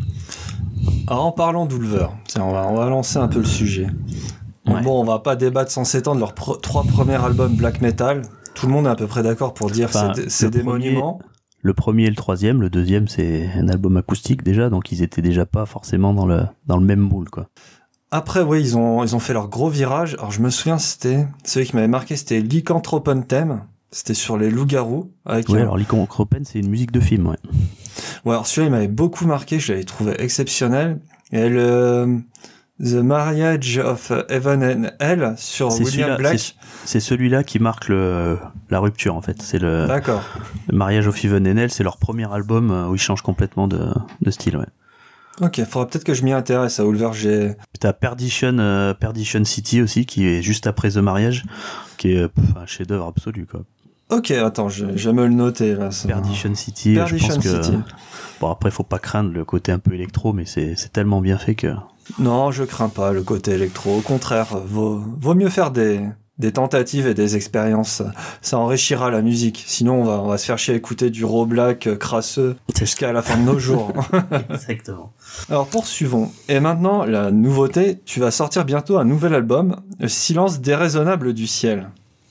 Alors en parlant d'Ulver, on va, on va lancer un peu le sujet. Ouais. Bon, on va pas débattre sans s'étendre leurs pro- trois premiers albums black metal. Tout le monde est à peu près d'accord pour dire enfin, c'est, c'est des premier, monuments. Le premier et le troisième, le deuxième c'est un album acoustique déjà, donc ils étaient déjà pas forcément dans le dans le même moule, quoi. Après, oui, ils ont ils ont fait leur gros virage. Alors je me souviens, c'était celui qui m'avait marqué, c'était Lycanthropen Theme. C'était sur les loups-garous. Avec oui, un... alors Lycanthropen, c'est une musique de film, ouais. Ouais, alors celui-là, il m'avait beaucoup marqué. Je l'avais trouvé exceptionnel. Et le The Marriage of Heaven and Hell sur c'est William Black. C'est, c'est celui-là qui marque le, la rupture, en fait. C'est le, D'accord. Le Marriage of Heaven and Hell, c'est leur premier album où ils changent complètement de, de style, ouais. Ok, faudra peut-être que je m'y intéresse à Ulver. J'ai... T'as Perdition, euh, Perdition City aussi, qui est juste après The Marriage, qui est pff, un chef-d'œuvre absolu, quoi. Ok, attends, je, je vais me le noter là. Ça... Perdition City, Perdition je pense que... City. Bon, après, faut pas craindre le côté un peu électro, mais c'est, c'est tellement bien fait que... Non, je crains pas le côté électro. Au contraire, vaut, vaut mieux faire des, des tentatives et des expériences. Ça enrichira la musique. Sinon, on va, on va se faire chier à écouter du raw black crasseux jusqu'à la fin de nos jours. Exactement. Alors, poursuivons. Et maintenant, la nouveauté, tu vas sortir bientôt un nouvel album, Le silence déraisonnable du ciel.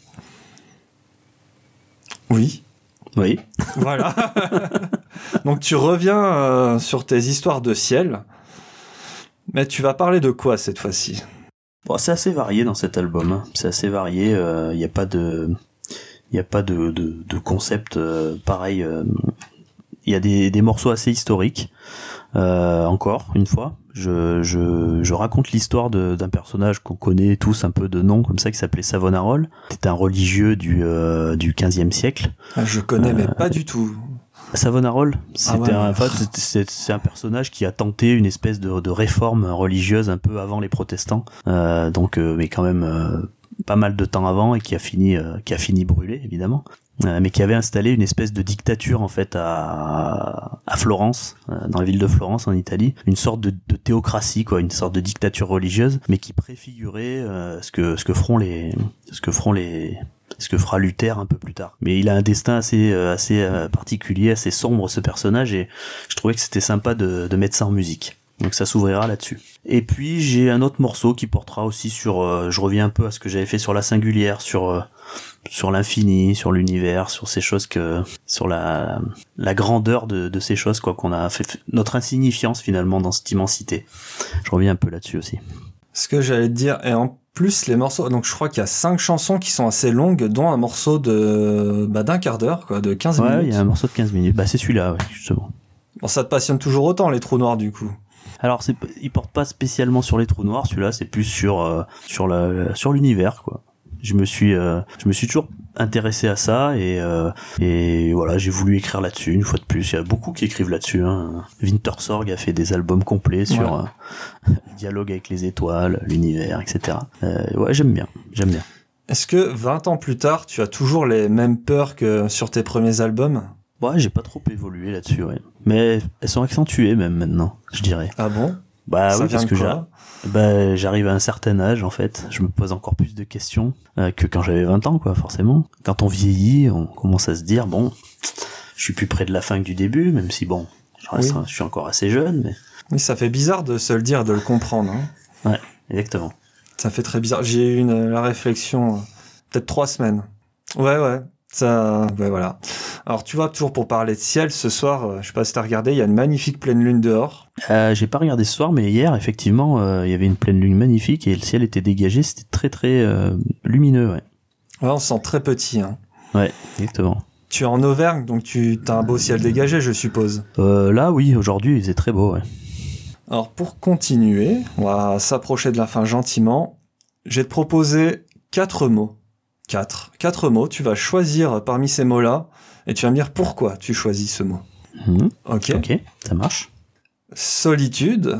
Oui. Oui. Voilà. Donc, tu reviens euh, sur tes histoires de ciel. Mais tu vas parler de quoi cette fois-ci ? Bon, c'est assez varié dans cet album. Hein. C'est assez varié. Il euh, n'y a pas de, il y a pas de de, de concept euh, pareil. Il euh, y a des des morceaux assez historiques. Euh, encore une fois, je je je raconte l'histoire de, d'un personnage qu'on connaît tous un peu de nom comme ça qui s'appelait Savonarole. C'était un religieux du euh, du quinzième siècle. Ah, je connais, euh, mais pas du tout. Savonarole, c'était ah ouais, un, ouais. enfin, c'est, c'est, c'est un personnage qui a tenté une espèce de, de réforme religieuse un peu avant les protestants, euh, donc euh, mais quand même euh, pas mal de temps avant et qui a fini, euh, qui a fini brûlé évidemment, euh, mais qui avait installé une espèce de dictature en fait à, à Florence, euh, dans la ville de Florence en Italie, une sorte de, de théocratie quoi, une sorte de dictature religieuse, mais qui préfigurait euh, ce que ce que feront les, ce que feront les ce que fera Luther un peu plus tard. Mais il a un destin assez assez particulier, assez sombre ce personnage, et je trouvais que c'était sympa de, de mettre ça en musique. Donc ça s'ouvrira là-dessus. Et puis j'ai un autre morceau qui portera aussi sur, euh, je reviens un peu à ce que j'avais fait sur la singulière, sur euh, sur l'infini, sur l'univers, sur ces choses que, sur la la grandeur de, de ces choses quoi qu'on a fait, notre insignifiance finalement dans cette immensité. Je reviens un peu là-dessus aussi. Ce que j'allais te dire, et en plus les morceaux, donc je crois qu'il y a cinq chansons qui sont assez longues, dont un morceau de bah, d'un quart d'heure, quoi, de quinze ouais, minutes. Ouais, il y a un morceau de quinze minutes. Bah c'est celui-là, ouais, justement. Bon, ça te passionne toujours autant les trous noirs du coup. Alors c'est, il porte pas spécialement sur les trous noirs, celui-là, c'est plus sur euh, sur la sur l'univers quoi. Je me suis euh, je me suis toujours intéressé à ça et euh, et voilà, j'ai voulu écrire là-dessus une fois de plus. Il y a beaucoup qui écrivent là-dessus hein. Wintersorg a fait des albums complets sur ouais. euh, le dialogue avec les étoiles, l'univers, et cetera. Euh, ouais, j'aime bien, j'aime bien. Est-ce que vingt ans plus tard, tu as toujours les mêmes peurs que sur tes premiers albums ? Ouais, j'ai pas trop évolué là-dessus, ouais. Mais elles sont accentuées même maintenant, je dirais. Ah bon ? Bah ça oui, parce que j'ai, bah, j'arrive à un certain âge, en fait. Je me pose encore plus de questions euh, que quand j'avais vingt ans, quoi, forcément. Quand on vieillit, on commence à se dire, bon, je suis plus près de la fin que du début, même si, bon, je, reste, oui. je suis encore assez jeune, mais... Oui, ça fait bizarre de se le dire, de le comprendre. Hein. Ouais, exactement. Ça fait très bizarre. J'ai eu une, la réflexion, euh, peut-être trois semaines. Ouais, ouais. Ça, ouais, voilà. Alors, tu vois, toujours pour parler de ciel, ce soir, euh, je sais pas si t'as regardé, il y a une magnifique pleine lune dehors. Euh, j'ai pas regardé ce soir, mais hier, effectivement, euh, il y avait une pleine lune magnifique et le ciel était dégagé. C'était très, très euh, lumineux, ouais. Ouais, on se sent très petit, hein. Ouais, exactement. Tu es en Auvergne, donc tu as un beau ciel dégagé, je suppose. Euh, là, oui, aujourd'hui, il faisait très beau, ouais. Alors, pour continuer, on va s'approcher de la fin gentiment. Je vais te proposer quatre mots. Quatre. Quatre mots. Tu vas choisir parmi ces mots-là et tu vas me dire pourquoi tu choisis ce mot. Mmh. Ok. Ok, ça marche. Solitude,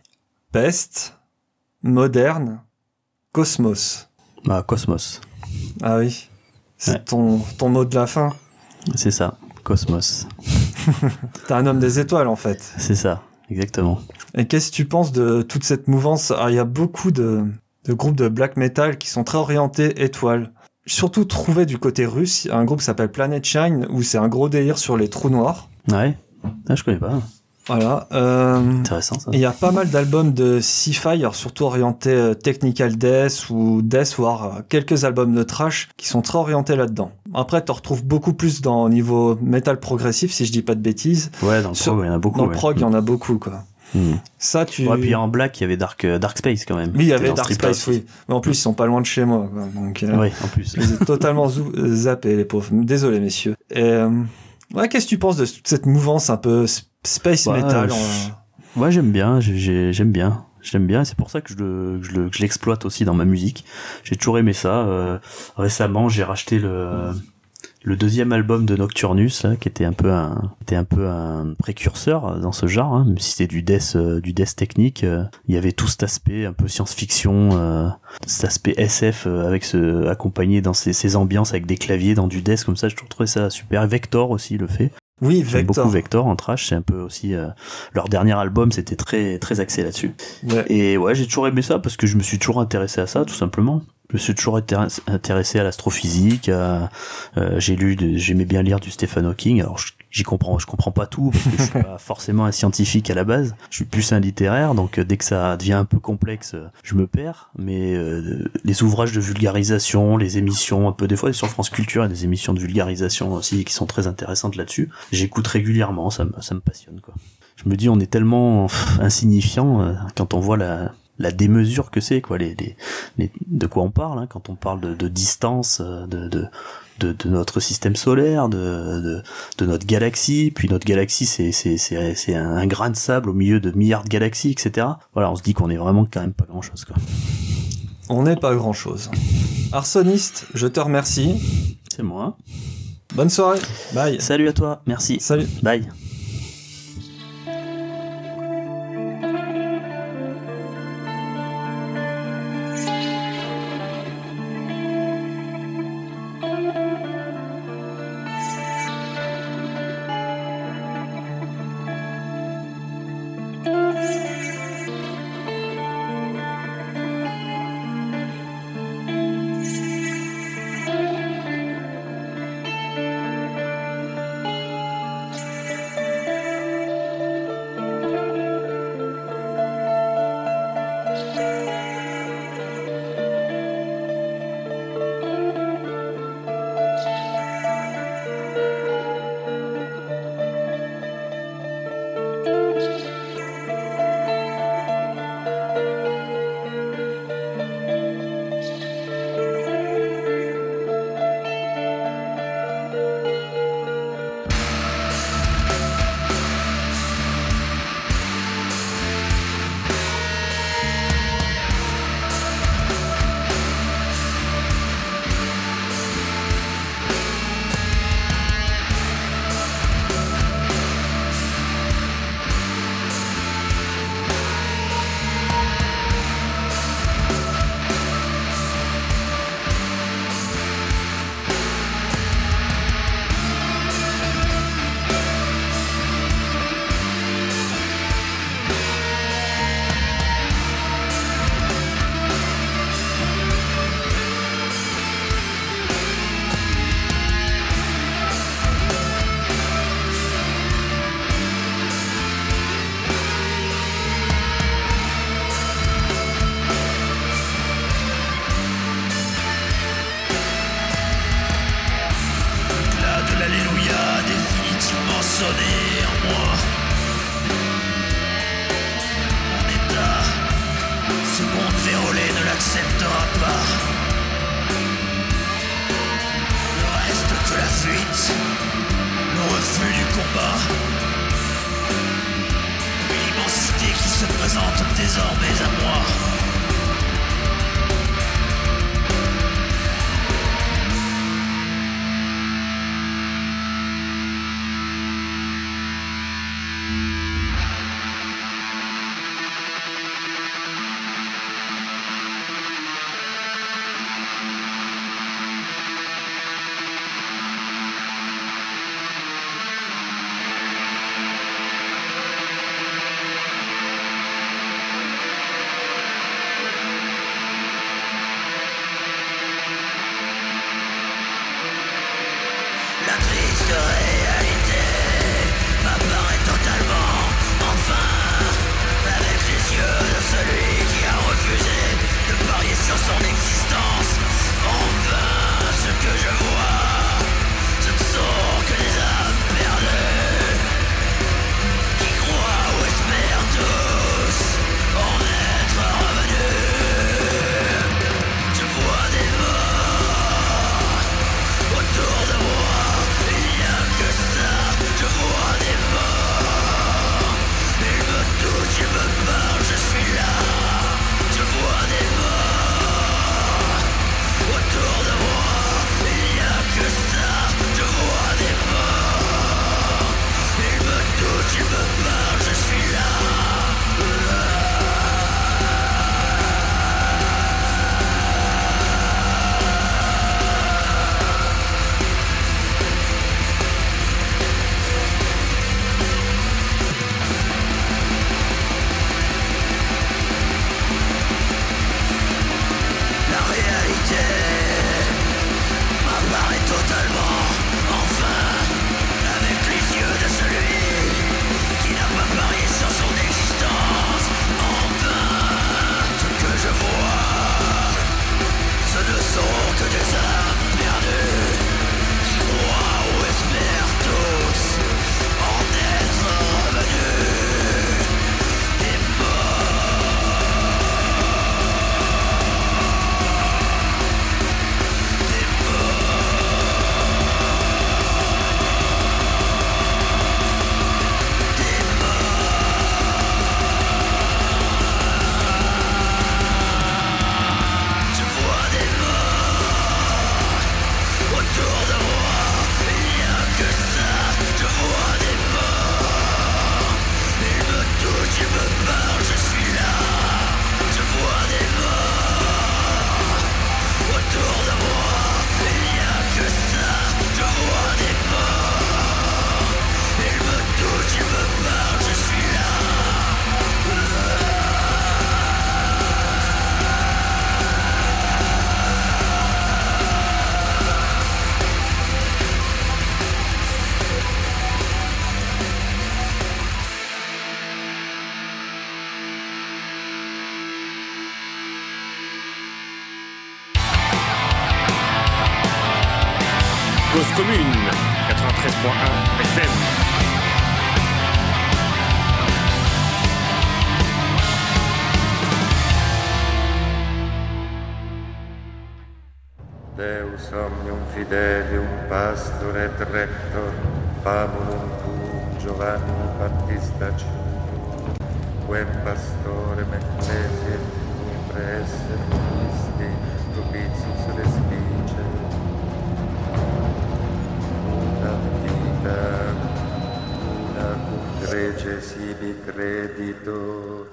peste, moderne, cosmos. Bah, Cosmos. Ah oui. C'est Ouais. ton, ton mot de la fin. C'est ça, Cosmos. T'es un homme des étoiles, en fait. C'est ça, exactement. Et qu'est-ce que tu penses de toute cette mouvance? Ah, il y a beaucoup de, de groupes de black metal qui sont très orientés étoiles. Surtout trouvé du côté russe, il y a un groupe qui s'appelle Planet Shine, où c'est un gros délire sur les trous noirs. Ouais. Ah, je connais pas. Voilà. Euh, Intéressant, ça. et il y a pas mal d'albums de sci-fi, alors surtout orientés euh, technical death ou death, voire euh, quelques albums de trash qui sont très orientés là-dedans. Après, tu retrouves beaucoup plus dans au niveau metal progressif, si je dis pas de bêtises. Ouais, dans le Sur- prog, il y en a beaucoup. Dans le ouais. prog, il y en a beaucoup, quoi. Mmh. Ça, tu... Ouais, puis en Black, il y avait Dark, euh, Dark Space quand même. Oui, il y C'était avait dans ce Dark trip-là Space, aussi. oui. Mais en plus, ils sont pas loin de chez moi, quoi. Donc, euh, Oui, en plus. je les ai totalement zou- euh, zappés, les pauvres. Désolé, messieurs. Et, euh, ouais, qu'est-ce que tu penses de toute cette mouvance un peu s- space Ouais, metal je- en- Ouais, j'aime bien, j'ai- j'ai- j'aime bien. J'aime bien, et c'est pour ça que je le- que je le- que je l'exploite aussi dans ma musique. J'ai toujours aimé ça. Euh, récemment, j'ai racheté le, le deuxième album de Nocturnus, là, qui était un peu un, qui était un peu un précurseur dans ce genre, hein, même si c'était du death, euh, du death technique. Euh, il y avait tout cet aspect un peu science-fiction, euh, cet aspect S F euh, avec ce, accompagné dans ces, ces ambiances avec des claviers dans du death comme ça. Je trouvais ça super. Vector aussi le fait. Oui, J'aime Vector. beaucoup Vector en trash, c'est un peu aussi euh, leur dernier album, c'était très très axé là-dessus. Ouais. Et ouais, j'ai toujours aimé ça parce que je me suis toujours intéressé à ça, tout simplement. Je me suis toujours intér- intéressé à l'astrophysique. À, euh, j'ai lu, de, j'aimais bien lire du Stephen Hawking. Alors je- j'y comprends, je comprends pas tout parce que je suis pas forcément un scientifique à la base. Je suis plus un littéraire, donc euh, dès que ça devient un peu complexe, euh, je me perds. Mais euh, les ouvrages de vulgarisation, les émissions, un peu des fois sur France Culture, il y a des émissions de vulgarisation aussi qui sont très intéressantes là-dessus. J'écoute régulièrement, ça me, ça me passionne quoi. Je me dis, on est tellement pff, insignifiant euh, quand on voit la la démesure que c'est quoi, les, les, les de quoi on parle hein, quand on parle de, de distance, euh, de, de de de notre système solaire, de de, de notre galaxie, puis notre galaxie c'est c'est c'est c'est un, un grain de sable au milieu de milliards de galaxies, et cetera. Voilà, on se dit qu'on est vraiment quand même pas grand chose quoi. On n'est pas grand chose. Arsoniste, je te remercie. C'est moi. Bonne soirée. Bye. Salut à toi, merci. Salut. Bye. sonner en moi. Mon état, ce monde vérolé ne l'acceptera pas. Ne reste que la fuite, le refus du combat. Une immensité qui se présente désormais à moi. Cause commune, quatre-vingt-treize point un F M. Deus omnium fidelium pastor et rector, famulum tuum Giovanni Battista Ciuto, quem pastorem ecclesiae tuum praesser Christi, propitius respice, una vita, una cum grege sibi creditor.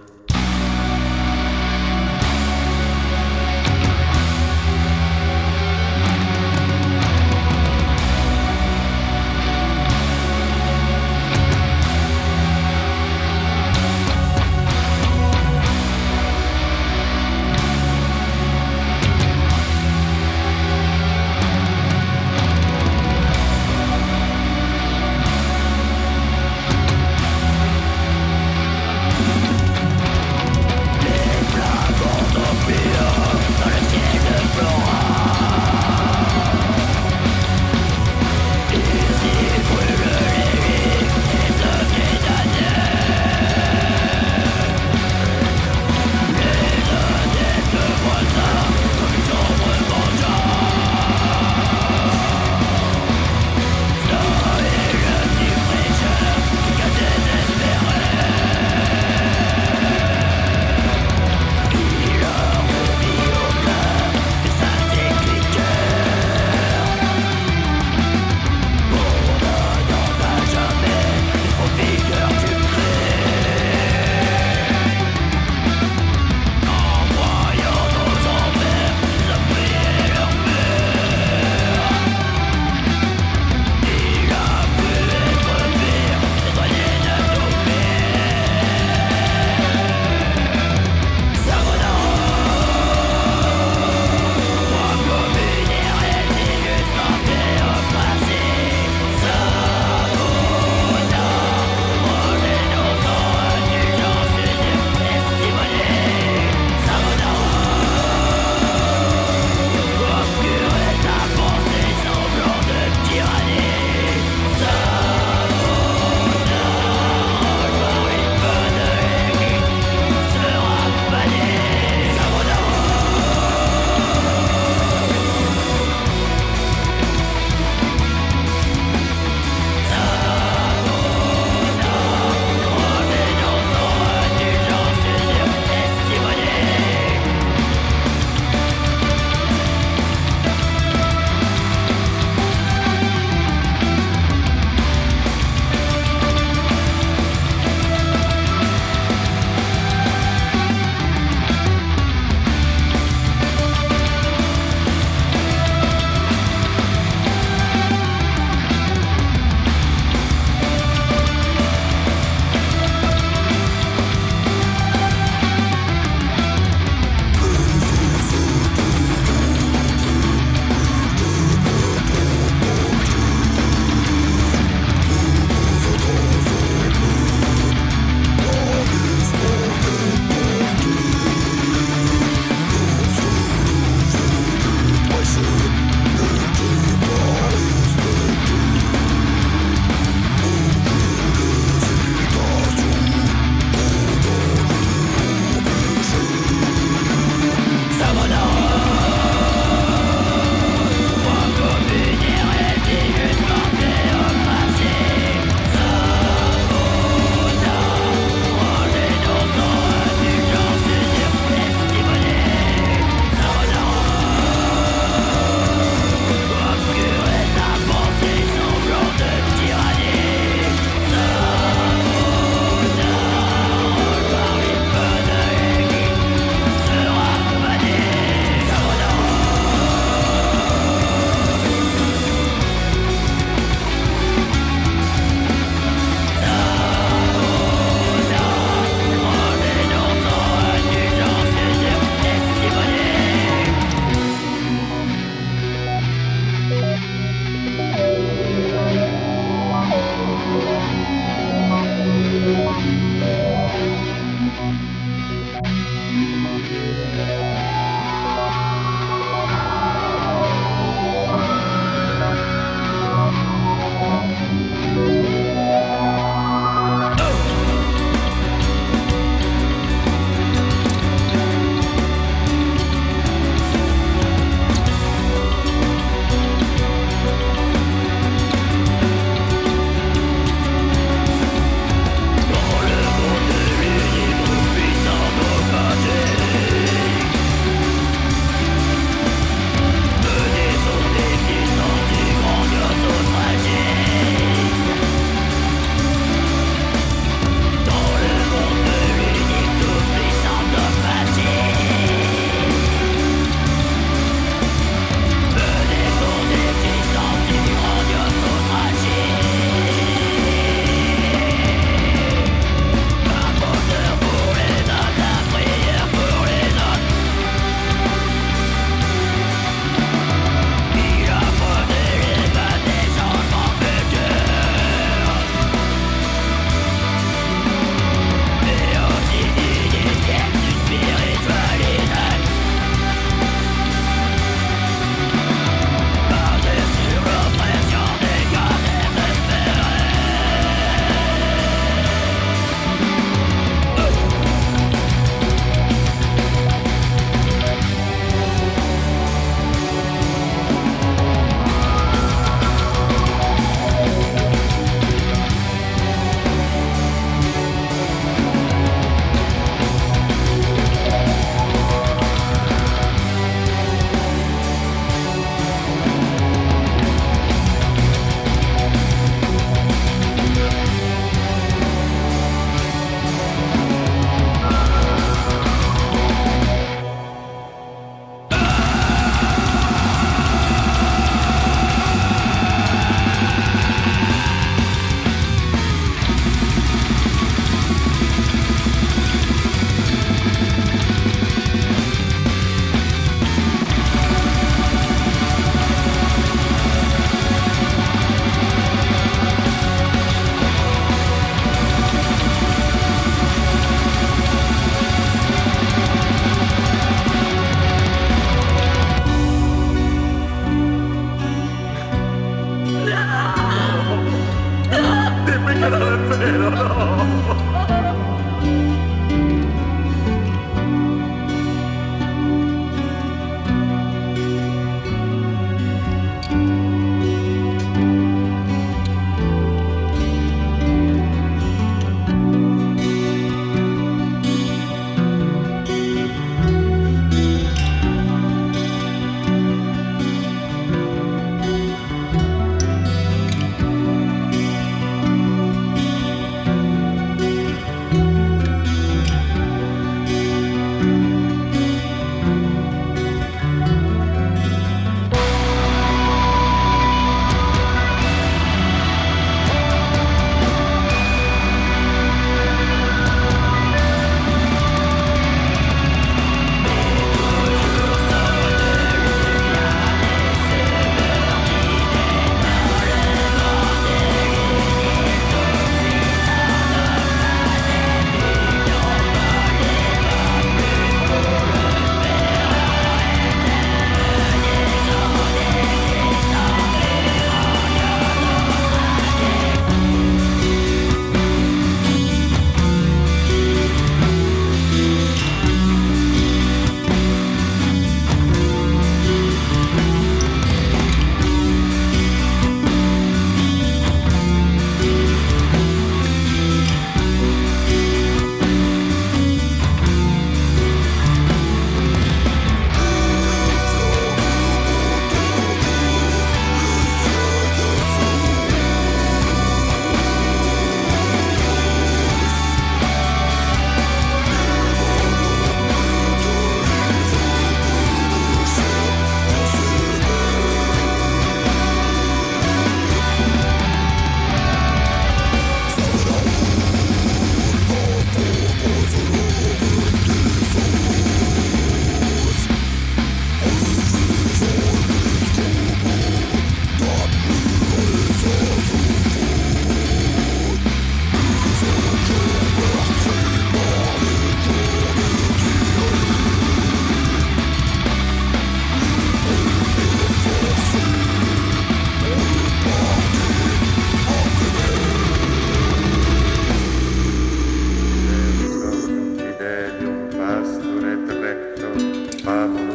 fabulum